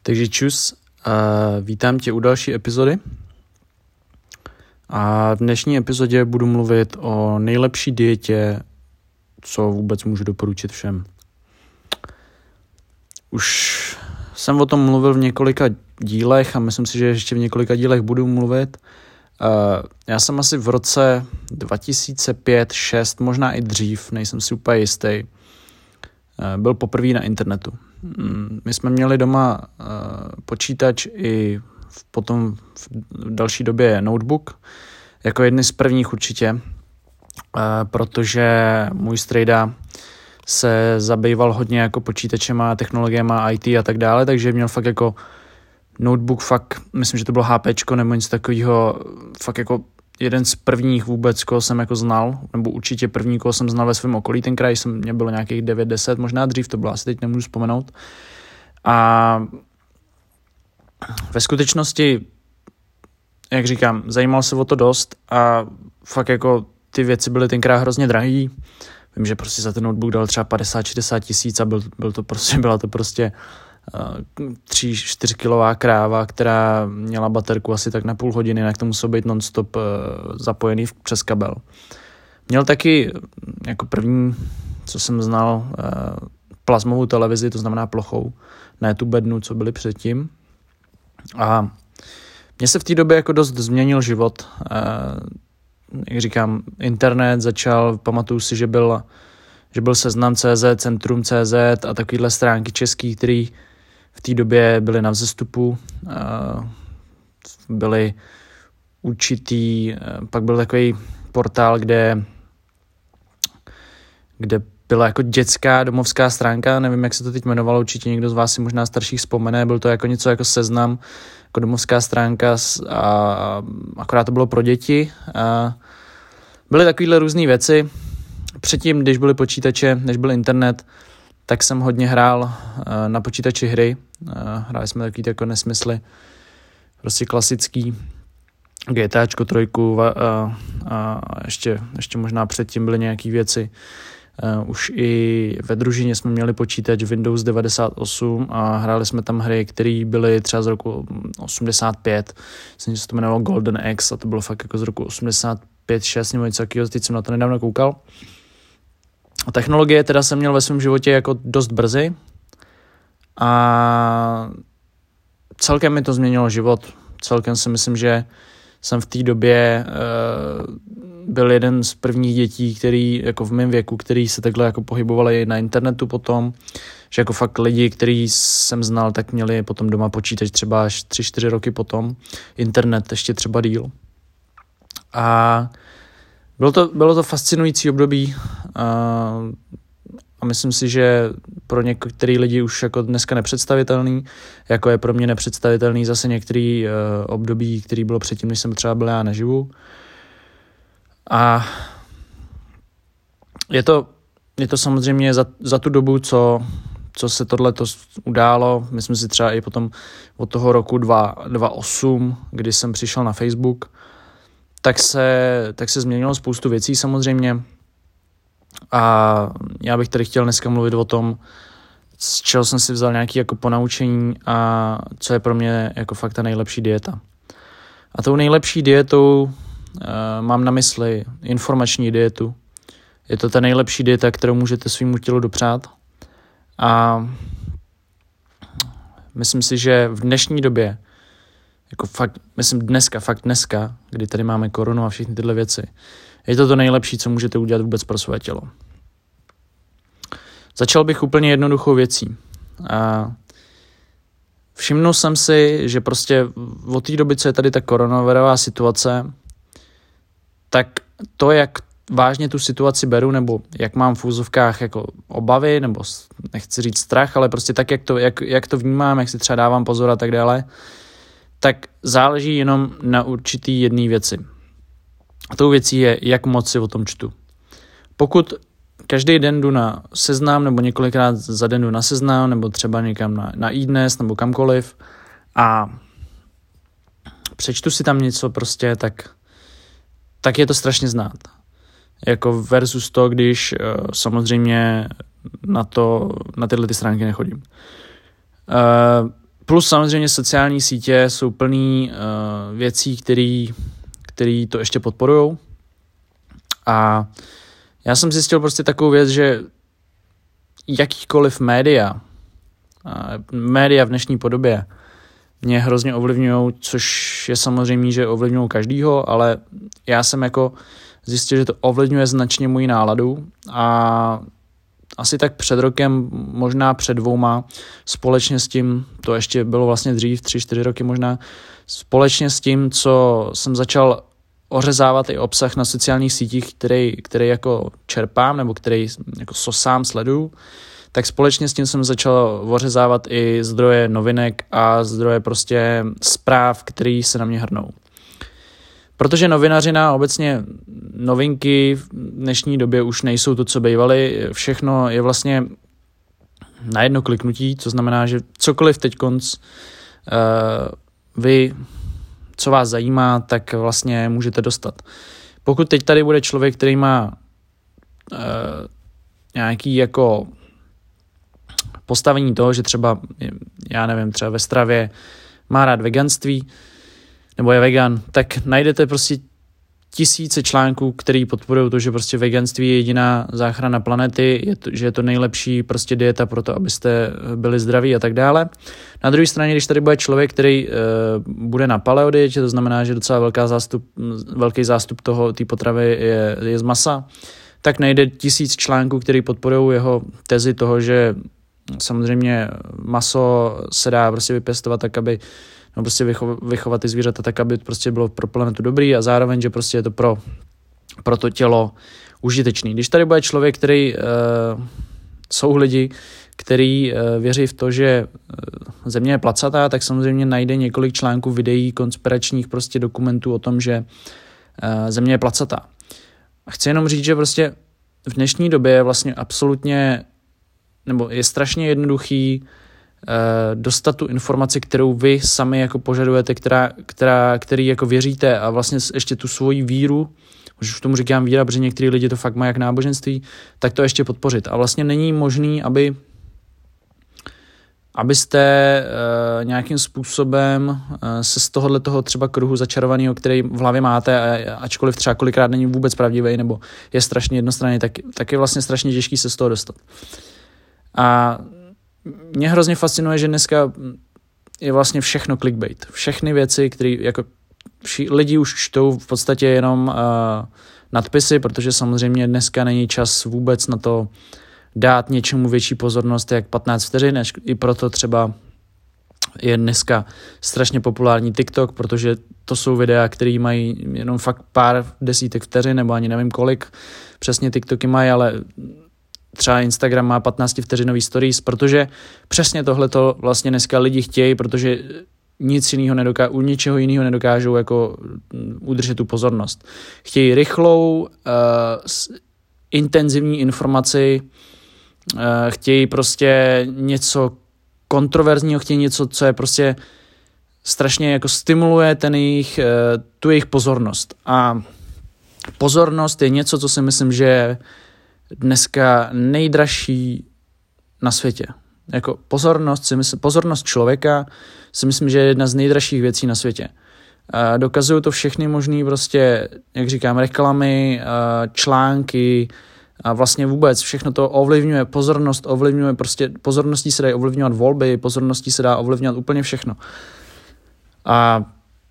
Takže čus, vítám tě u další epizody. A v dnešní epizodě budu mluvit o nejlepší dietě, co vůbec můžu doporučit všem. Už jsem o tom mluvil v několika dílech a myslím si, že ještě v několika dílech budu mluvit. Já jsem asi v roce 2005-2006, možná i dřív, nejsem si úplně jistý, byl poprvé na internetu. My jsme měli doma počítač i potom v další době notebook, jako jedny z prvních určitě, protože můj strejda se zabýval hodně jako počítačema, technologiema, IT a tak dále, takže měl fakt jako notebook, fakt, myslím, že to bylo HPčko nebo něco takového, fakt jako jeden z prvních vůbec, koho jsem jako znal, nebo určitě první, koho jsem znal ve svém okolí, ten kraj mě bylo nějakých 9-10, možná dřív to bylo, asi teď nemůžu vzpomenout. A ve skutečnosti, jak říkám, zajímal se o to dost a fakt jako ty věci byly tenkrát hrozně drahý. Vím, že prostě za ten notebook dal třeba 50-60 tisíc a byla to prostě 3-4 kilová kráva, která měla baterku asi tak na půl hodiny, jinak to muselo být non-stop zapojený přes kabel. Měl taky jako první, co jsem znal, plazmovou televizi, to znamená plochou, ne tu bednu, co byly předtím. A mně se v té době jako dost změnil život. Jak říkám, internet začal, pamatuju si, že byl Seznam.cz, Centrum.cz a takovéhle stránky český, které v té době byly na vzestupu. Byly určitý, pak byl takový portál, kde byla jako dětská domovská stránka, nevím, jak se to teď jmenovalo, určitě někdo z vás si možná starších vzpomene, byl to jako něco jako Seznam, jako domovská stránka a akorát to bylo pro děti. Byly takovéhle různé věci. Předtím, když byly počítače, než byl internet, tak jsem hodně hrál na počítači hry. Hráli jsme takový jako nesmysly, prostě klasický GTAčko 3 a ještě možná předtím byly nějaké věci. Už i ve družině jsme měli počítač Windows 98 a hráli jsme tam hry, které byly třeba z roku 85. Myslím, že se to jmenovalo Golden Axe a to bylo fakt jako z roku 85-6 nebo něco takového, teď jsem na to nedávno koukal. A technologie teda jsem měl ve svém životě jako dost brzy a celkem mi to změnilo život. Celkem si myslím, že jsem v té době byl jeden z prvních dětí, který jako v mém věku, který se takhle jako pohybovali na internetu potom, že jako fakt lidi, který jsem znal, tak měli potom doma počítač třeba až 3-4 roky potom, internet ještě třeba díl. A bylo to fascinující období a myslím si, že pro některý lidi už jako dneska nepředstavitelný, jako je pro mě nepředstavitelný zase některý období, který bylo předtím, než jsem třeba byl já naživu. A je to samozřejmě za tu dobu, co se tohleto událo, myslím si třeba i potom od toho roku 2008, kdy jsem přišel na Facebook, tak se změnilo spoustu věcí samozřejmě. A já bych tady chtěl dneska mluvit o tom, z čeho jsem si vzal nějaké jako ponaučení a co je pro mě jako fakt ta nejlepší dieta. A tou nejlepší dietou mám na mysli informační dietu. Je to ta nejlepší dieta, kterou můžete svýmu tělu dopřát. A myslím si, že v dnešní době, jako fakt dneska, kdy tady máme koronu a všechny tyhle věci, je to nejlepší, co můžete udělat vůbec pro své tělo. Začal bych úplně jednoduchou věcí. Všimnul jsem si, že prostě od té doby, co je tady ta koronavirová situace, tak to, jak vážně tu situaci beru, nebo jak mám v úzovkách jako obavy, nebo nechci říct strach, ale prostě tak, jak to vnímám, jak si třeba dávám pozor a tak dále, tak záleží jenom na určitý jedné věci. A tou věcí je, jak moc si o tom čtu. Pokud každý den jdu na Seznam, nebo několikrát za den jdu na Seznam, nebo třeba někam na iDnes, nebo kamkoliv a přečtu si tam něco prostě, tak je to strašně znát. Jako versus to, když samozřejmě na tyhle ty stránky nechodím. Plus samozřejmě sociální sítě jsou plný věcí, který to ještě podporujou. A já jsem zjistil prostě takovou věc, že jakýkoliv média v dnešní podobě mě hrozně ovlivňují, což je samozřejmě, že ovlivňují každýho, ale já jsem jako zjistil, že to ovlivňuje značně moji náladu a asi tak před rokem, možná před 2, společně s tím, to ještě bylo vlastně dřív, 3-4 roky možná, společně s tím, co jsem začal ořezávat i obsah na sociálních sítích, který jako čerpám, nebo který jako sám sleduju, tak společně s tím jsem začal ořezávat i zdroje novinek a zdroje prostě zpráv, který se na mě hrnou. Protože novinařina, obecně novinky v dnešní době už nejsou to, co bývaly. Všechno je vlastně na jedno kliknutí, co znamená, že cokoliv teďkonc vy, co vás zajímá, tak vlastně můžete dostat. Pokud teď tady bude člověk, který má nějaký jako postavení toho, že třeba, já nevím, třeba ve stravě má rád veganství, nebo je vegan, tak najdete prostě tisíce článků, který podporují to, že prostě veganství je jediná záchrana planety, že je to nejlepší prostě dieta pro to, abyste byli zdraví a tak dále. Na druhé straně, když tady bude člověk, který bude na paleodietě, to znamená, že docela velký zástup té potravy je z masa, tak najde 1000 článků, který podporují jeho tezi toho, že samozřejmě maso se dá prostě vypěstovat tak, aby prostě vychovat ty zvířata tak, aby prostě bylo pro planetu dobrý a zároveň, že prostě je to pro to tělo užitečný. Když tady bude člověk, který jsou lidi, který věří v to, že země je placatá, tak samozřejmě najde několik článků, videí, konspiračních prostě dokumentů o tom, že země je placatá. A chci jenom říct, že prostě v dnešní době je vlastně absolutně, nebo je strašně jednoduchý dostat tu informaci, kterou vy sami jako požadujete, který jako věříte a vlastně ještě tu svoji víru, už tomu říkám víra, protože některý lidi to fakt mají jak náboženství, tak to ještě podpořit. A vlastně není možný, abyste nějakým způsobem se z tohoto třeba kruhu začarovaného, který v hlavě máte, ačkoliv třeba kolikrát není vůbec pravdivý nebo je strašně jednostranný, tak je vlastně strašně těžký se z toho dostat. A mě hrozně fascinuje, že dneska je vlastně všechno clickbait. Všechny věci, které jako lidi už čtou v podstatě jenom nadpisy, protože samozřejmě dneska není čas vůbec na to dát něčemu větší pozornost jak 15 vteřin, i proto třeba je dneska strašně populární TikTok, protože to jsou videa, které mají jenom fakt pár desítek vteřin, nebo ani nevím kolik přesně TikToky mají, ale třeba Instagram má 15 vteřinový stories, protože přesně tohleto vlastně dneska lidi chtějí, protože u ničeho jiného nedokážou jako udržet tu pozornost. Chtějí rychlou, intenzivní informaci, chtějí prostě něco kontroverzního, chtějí něco, co je prostě strašně jako stimuluje tu jejich pozornost. A pozornost je něco, co si myslím, že je dneska nejdražší na světě. Jako pozornost člověka si myslím, že je jedna z nejdražších věcí na světě. Dokazují to všechny možný prostě, jak říkám, reklamy, články a vlastně vůbec všechno to ovlivňuje pozorností se dají ovlivňovat volby, pozorností se dá ovlivňovat úplně všechno. A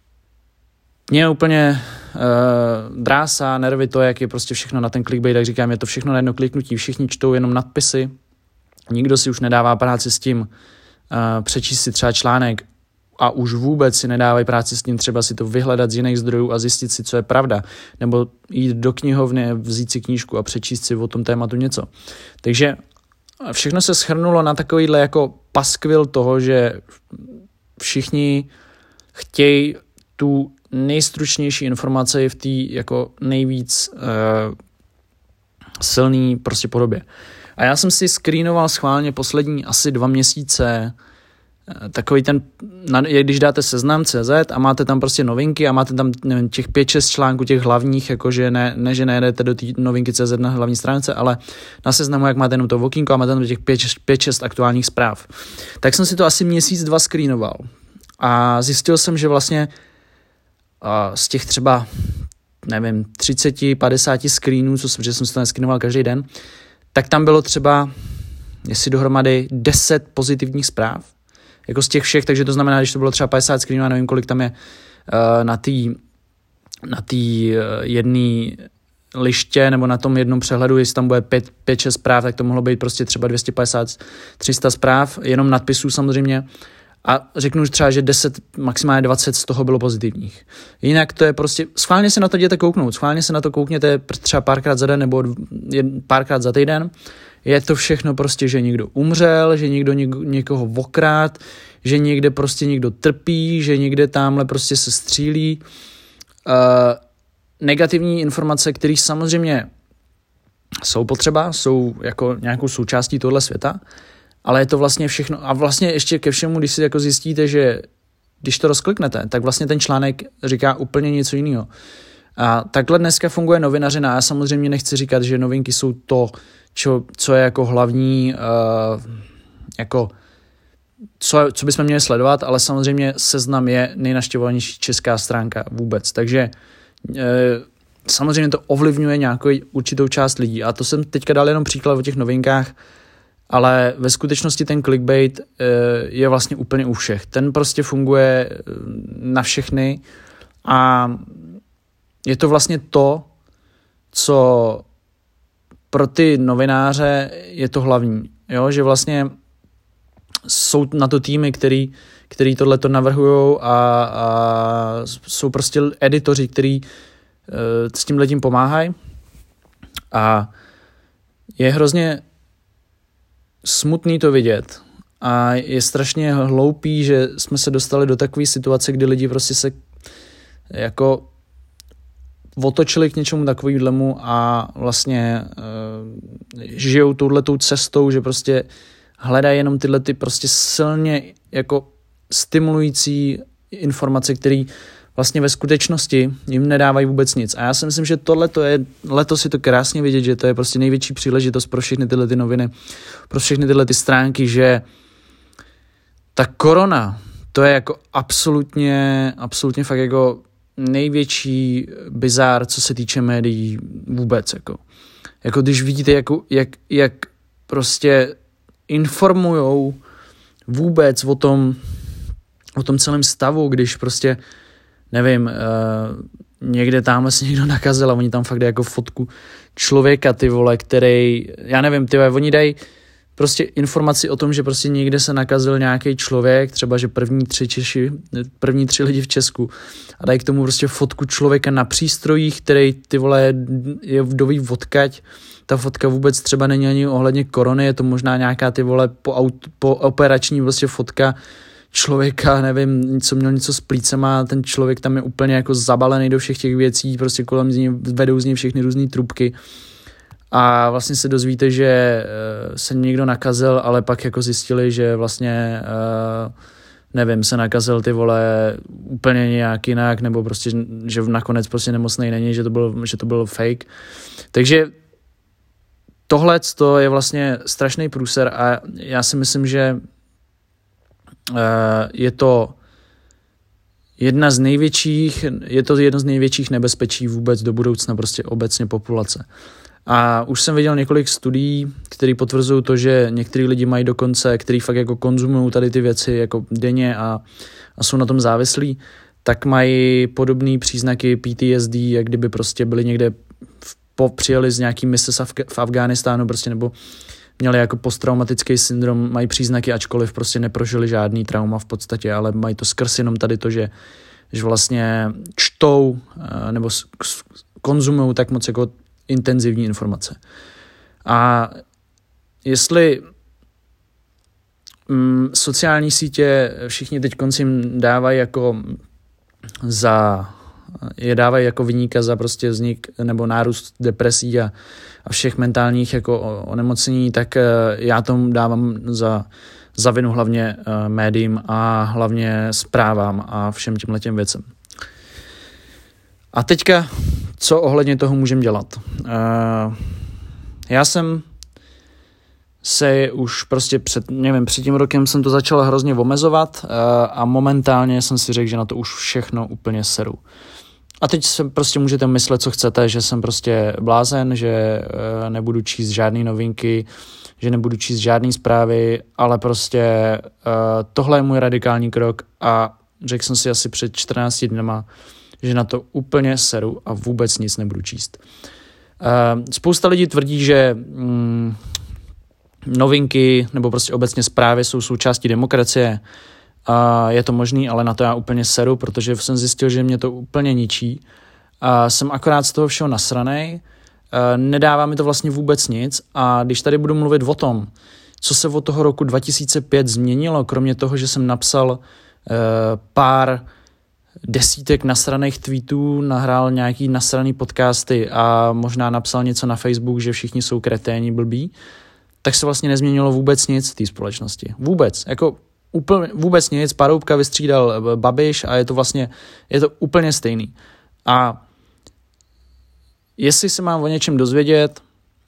mě úplně drásá nervy to, jak je prostě všechno na ten clickbait, jak říkám, je to všechno na jedno kliknutí, všichni čtou jenom nadpisy, nikdo si už nedává práci s tím přečíst si třeba článek a už vůbec si nedávají práci s tím třeba si to vyhledat z jiných zdrojů a zjistit si, co je pravda, nebo jít do knihovny, vzít si knížku a přečíst si o tom tématu něco. Takže všechno se shrnulo na takovýhle jako paskvil toho, že všichni chtějí tu nejstručnější informace v té jako nejvíc silný prostě podobě. A já jsem si screenoval schválně poslední asi 2 měsíce takový ten, když dáte seznam.cz a máte tam prostě novinky a máte tam, nevím, těch 5-6 článků, těch hlavních, jakože ne, že nejedete do té novinky.cz na hlavní stránce, ale na seznamu, jak máte jenom to okýnko a máte tam těch 5-6 aktuálních zpráv. Tak jsem si to asi měsíc, 2 screenoval a zjistil jsem, že vlastně z těch třeba, nevím, 30-50 screenů, že jsem si to nescreenoval každý den, tak tam bylo třeba, jestli dohromady 10 pozitivních zpráv, jako z těch všech, takže to znamená, když to bylo třeba 50 screenů, a nevím, kolik tam je na té jedné liště, nebo na tom jednom přehledu, jestli tam bude 5-6 zpráv, tak to mohlo být prostě třeba 250-300 zpráv, jenom nadpisů samozřejmě. A řeknu už třeba, že 10, maximálně 20 z toho bylo pozitivních. Jinak to je prostě, schválně se na to jděte kouknout, schválně se na to koukněte třeba párkrát za den nebo párkrát za týden. Je to všechno prostě, že někdo umřel, že někdo někoho okrát, že někde prostě někdo trpí, že někde tamhle prostě se střílí. Negativní informace, které samozřejmě jsou potřeba, jsou jako nějakou součástí tohle světa, ale je to vlastně všechno. A vlastně ještě ke všemu, když si jako zjistíte, že když to rozkliknete, tak vlastně ten článek říká úplně něco jiného. A takhle dneska funguje novinařina. Já samozřejmě nechci říkat, že novinky jsou to, co je jako hlavní, jako co bychom měli sledovat, ale samozřejmě Seznam je nejnaštěvovanější česká stránka vůbec. Takže samozřejmě to ovlivňuje nějakou určitou část lidí. A to jsem teďka dal jenom příklad o těch novinkách, ale ve skutečnosti ten clickbait je vlastně úplně u všech. Ten prostě funguje na všechny a je to vlastně to, co pro ty novináře je to hlavní. Jo? Že vlastně jsou na to týmy, který tohleto navrhujou a jsou prostě editoři, který s tímhletím pomáhají. A je hrozně smutný to vidět a je strašně hloupý, že jsme se dostali do takové situace, kdy lidi prostě se jako otočili k něčemu takovému a vlastně žijou touhletou cestou, že prostě hledají jenom tyhle ty prostě silně jako stimulující informace, které vlastně ve skutečnosti jim nedávají vůbec nic. A já si myslím, že letos je to krásně vidět, že to je prostě největší příležitost pro všechny tyhle ty noviny, pro všechny tyhle ty stránky, že ta korona, to je jako absolutně fakt jako největší bizár, co se týče médií vůbec. Jako když vidíte, jak prostě informujou vůbec o tom celém stavu, když prostě nevím, někde tamhle se někdo nakazil a oni tam fakt dají jako fotku člověka, ty vole, který, já nevím, ty vole, oni dají prostě informaci o tom, že prostě někde se nakazil nějaký člověk, třeba, že první 3 lidi v Česku a dají k tomu prostě fotku člověka na přístrojích, který, ty vole, je vdoví odkaď. Ta fotka vůbec třeba není ani ohledně korony, je to možná nějaká, ty vole, po operační prostě fotka člověka, nevím, co měl něco s plícema, ten člověk tam je úplně jako zabalený do všech těch věcí, prostě kolem z něj vedou z něj všechny různý trubky a vlastně se dozvíte, že se někdo nakazil, ale pak jako zjistili, že vlastně nevím, se nakazil, ty vole, úplně nějak jinak, nebo prostě, že nakonec prostě nemocnej není, že to byl fake. Takže tohle je vlastně strašný průser a já si myslím, že je to jedno z největších nebezpečí vůbec do budoucna prostě obecně populace. A už jsem viděl několik studií, které potvrzují to, že některý lidi mají dokonce, který fakt jako konzumují tady ty věci jako denně a jsou na tom závislí, tak mají podobné příznaky PTSD, jak kdyby prostě byli někde přijeli z nějaký mise v Afghánistánu prostě, nebo měli jako posttraumatický syndrom, mají příznaky, ačkoliv prostě neprožili žádný trauma v podstatě, ale mají to skrz jenom tady to, že vlastně čtou nebo konzumují tak moc jako intenzivní informace. A jestli sociální sítě všichni teď jim dávají jako dávají jako viníka za prostě vznik nebo nárůst depresí a všech mentálních jako onemocnění, tak já tomu dávám za za vinu hlavně médiím a hlavně zprávám a všem těmhletěm věcem. A teďka, co ohledně toho můžem dělat? Já jsem se už prostě před tím rokem jsem to začal hrozně omezovat a momentálně jsem si řekl, že na to už všechno úplně seru. A teď se prostě můžete myslet, co chcete, že jsem prostě blázen, že nebudu číst žádný novinky, že nebudu číst žádný zprávy, ale prostě tohle je můj radikální krok a řekl jsem si asi před 14 dnama, že na to úplně seru a vůbec nic nebudu číst. Spousta lidí tvrdí, že novinky nebo prostě obecně zprávy jsou součástí demokracie. A je to možný, ale na to já úplně seru, protože jsem zjistil, že mě to úplně ničí. A jsem akorát z toho všeho nasranej, nedává mi to vlastně vůbec nic a když tady budu mluvit o tom, co se od toho roku 2005 změnilo, kromě toho, že jsem napsal pár desítek nasraných tweetů, nahrál nějaký nasraný podcasty a možná napsal něco na Facebook, že všichni jsou kreténi, blbí, tak se vlastně nezměnilo vůbec nic v té společnosti. Vůbec. Jako úplně, vůbec nic. Paroubka vystřídal Babiš a je to úplně stejný. A jestli se mám o něčem dozvědět,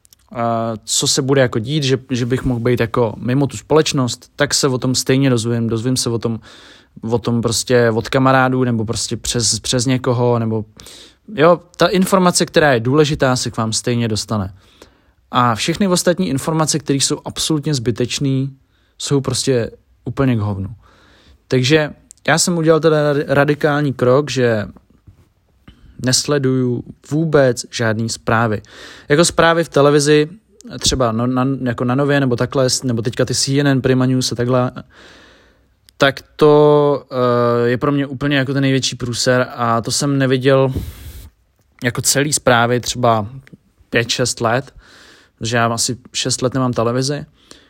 co se bude jako dít, že bych mohl být jako mimo tu společnost, tak se o tom stejně dozvím se o tom prostě od kamarádů nebo prostě přes někoho, nebo jo, ta informace, která je důležitá, se k vám stejně dostane. A všechny ostatní informace, které jsou absolutně zbytečné, jsou prostě úplně k hovnu. Takže já jsem udělal teda radikální krok, že nesleduju vůbec žádný zprávy. Jako zprávy v televizi, třeba jako na Nově, nebo takhle, nebo teďka ty CNN, Prima News a takhle, tak to je pro mě úplně jako ten největší průser a to jsem neviděl jako celý zprávy třeba 5-6 let, protože já asi 6 let nemám televizi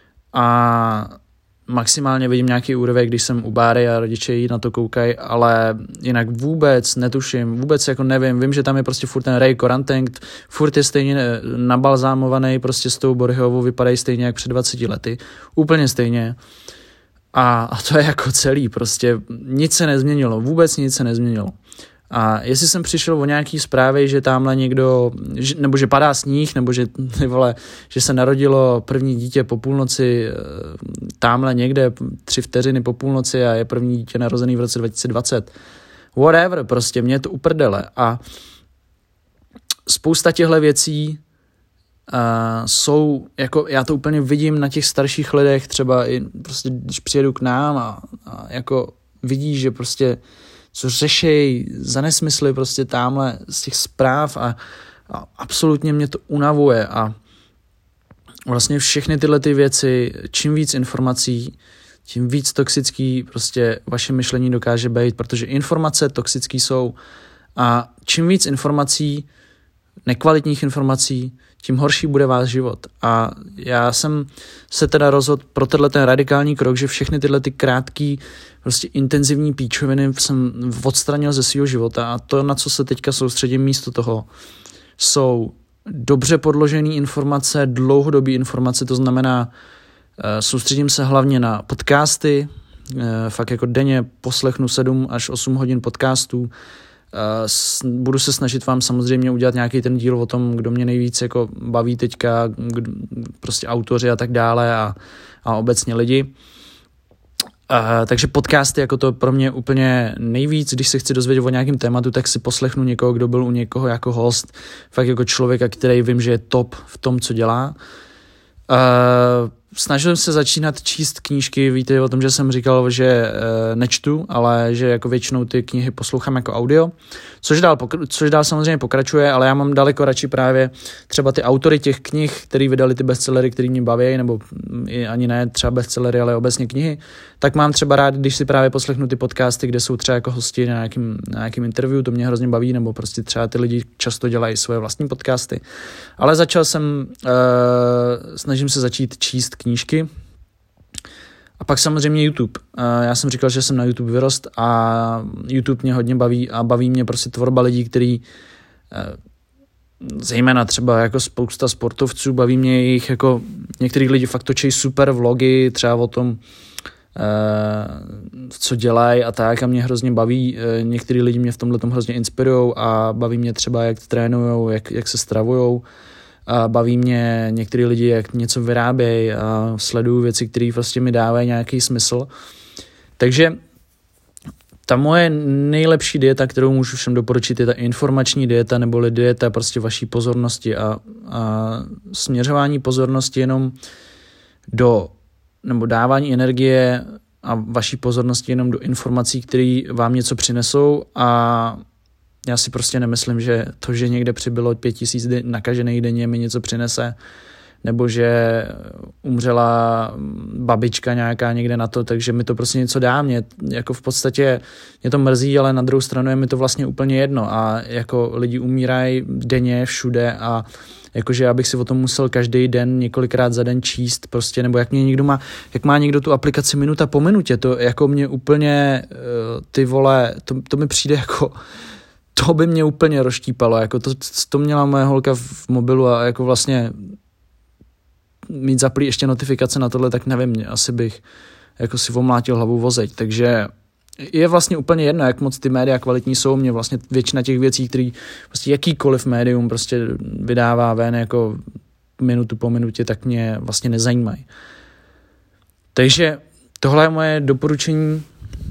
a maximálně vidím nějaký úryvek, když jsem u báry a rodiče jí na to koukají, ale jinak vůbec netuším, vůbec jako nevím, vím, že tam je prostě furt ten Ray Koranteng, furt je stejně nabalzámovaný prostě s tou Borhyovou, vypadají stejně jak před 20 lety, úplně stejně a to je jako celý, prostě nic se nezměnilo, vůbec nic se nezměnilo. A jestli jsem přišel o nějaký zprávy, že tamhle někdo, nebo že padá sníh, nebo že se narodilo první dítě po půlnoci, tamhle někde 3 vteřiny po půlnoci a je první dítě narozený v roce 2020. Whatever, prostě mě je to uprdele. A spousta těchto věcí jsou, jako já to úplně vidím na těch starších lidech, třeba i prostě, když přijedu k nám a jako vidíš, že prostě co řešej za nesmysly prostě tamhle z těch zpráv a absolutně mě to unavuje a vlastně všechny tyhle ty věci, čím víc informací, tím víc toxický prostě vaše myšlení dokáže být, protože informace toxický jsou a čím víc informací, nekvalitních informací, tím horší bude váš život. A já jsem se teda rozhodl pro ten radikální krok, že všechny tyhle ty krátký, prostě intenzivní píčoviny jsem odstranil ze svého života a to, na co se teďka soustředím místo toho, jsou dobře podložené informace, dlouhodobé informace, to znamená, soustředím se hlavně na podcasty, fakt jako denně poslechnu 7 až 8 hodin podcastů, budu se snažit vám samozřejmě udělat nějaký ten díl o tom, kdo mě nejvíc jako baví teďka, prostě autoři a tak dále a obecně lidi. Takže podcasty jako to pro mě úplně nejvíc, když se chci dozvědět o nějakém tématu, tak si poslechnu někoho, kdo byl u někoho jako host, fakt jako člověka, který vím, že je top v tom, co dělá. Snažil jsem se začínat číst knížky, víte o tom, že jsem říkal, že nečtu, ale že jako většinou ty knihy poslouchám jako audio, což dál samozřejmě pokračuje, ale já mám daleko radši právě třeba ty autory těch knih, který vydali ty bestsellery, který mě baví, nebo ani ne třeba bestsellery, ale obecně knihy, tak mám třeba rád, když si právě poslechnu ty podcasty, kde jsou třeba jako hosti na nějakým interview, to mě hrozně baví, nebo prostě třeba ty lidi často dělají svoje vlastní podcasty. Ale snažím se začít číst knížky. A pak samozřejmě YouTube. Já jsem říkal, že jsem na YouTube vyrost a YouTube mě hodně baví a baví mě prostě tvorba lidí, který zejména třeba jako spousta sportovců, baví mě jejich, jako některý lidi fakt točí super vlogy, třeba o tom, co dělají a tak, a mě hrozně baví, některý lidi mě v tomhle tom hrozně inspirujou a baví mě třeba, jak trénujou, jak se stravujou, a baví mě některý lidi, jak něco vyrábějí a sleduju věci, které prostě mi dávají nějaký smysl. Takže ta moje nejlepší dieta, kterou můžu všem doporučit, je ta informační dieta, neboli dieta prostě vaší pozornosti a směřování pozornosti jenom nebo dávání energie a vaší pozornosti jenom do informací, které vám něco přinesou, a já si prostě nemyslím, že to, že někde přibylo 5000 nakažených denně, mi něco přinese, nebo že umřela babička nějaká někde na to, takže mi to prostě něco dá. Mě jako v podstatě mě to mrzí, ale na druhou stranu je mi to vlastně úplně jedno, a jako lidi umírají denně všude a jakože já bych si o tom musel každý den několikrát za den číst prostě, nebo jak má někdo tu aplikaci minuta po minutě, to jako mě úplně ty vole, to mi přijde jako, to by mě úplně rozštípalo, jako to měla moje holka v mobilu a jako vlastně mít zaplý ještě notifikace na tohle, tak nevím, asi bych jako si omlátil hlavu vozeď, takže je vlastně úplně jedno, jak moc ty média kvalitní jsou, mě vlastně většina těch věcí, které prostě jakýkoliv médium prostě vydává ven jako minutu po minutě, tak mě vlastně nezajímají. Takže tohle je moje doporučení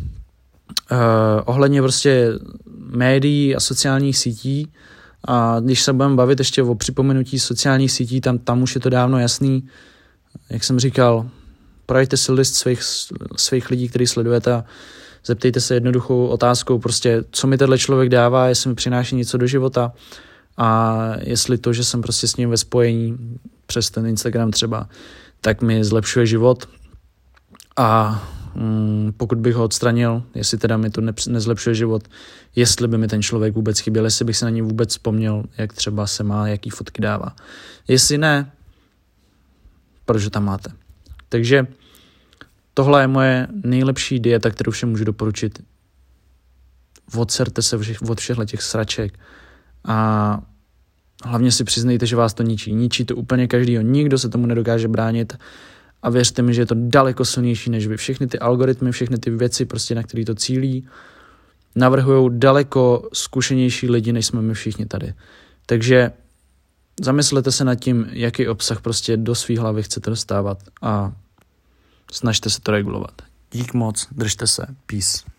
ohledně prostě médií a sociálních sítí. A když se budeme bavit ještě o připomenutí sociálních sítí, tam už je to dávno jasný. Jak jsem říkal, projďte si list svých lidí, který sledujete, a zeptejte se jednoduchou otázkou, prostě, co mi tenhle člověk dává, jestli mi přináší něco do života a jestli to, že jsem prostě s ním ve spojení přes ten Instagram třeba, tak mi zlepšuje život. A pokud bych ho odstranil, jestli teda mi to nezlepšuje život, jestli by mi ten člověk vůbec chyběl, jestli bych se na něj vůbec vzpomněl, jak třeba se má, jaký fotky dává. Jestli ne, protože tam máte. Takže tohle je moje nejlepší dieta, kterou všem můžu doporučit. Odserte se od všech těch sraček a hlavně si přiznejte, že vás to ničí. Ničí to úplně každýho, nikdo se tomu nedokáže bránit. A věřte mi, že je to daleko silnější než vy. Všechny ty algoritmy, všechny ty věci, prostě na které to cílí, navrhujou daleko zkušenější lidi, než jsme my všichni tady. Takže zamyslete se nad tím, jaký obsah prostě do svý hlavy chcete dostávat a snažte se to regulovat. Dík moc, držte se, peace.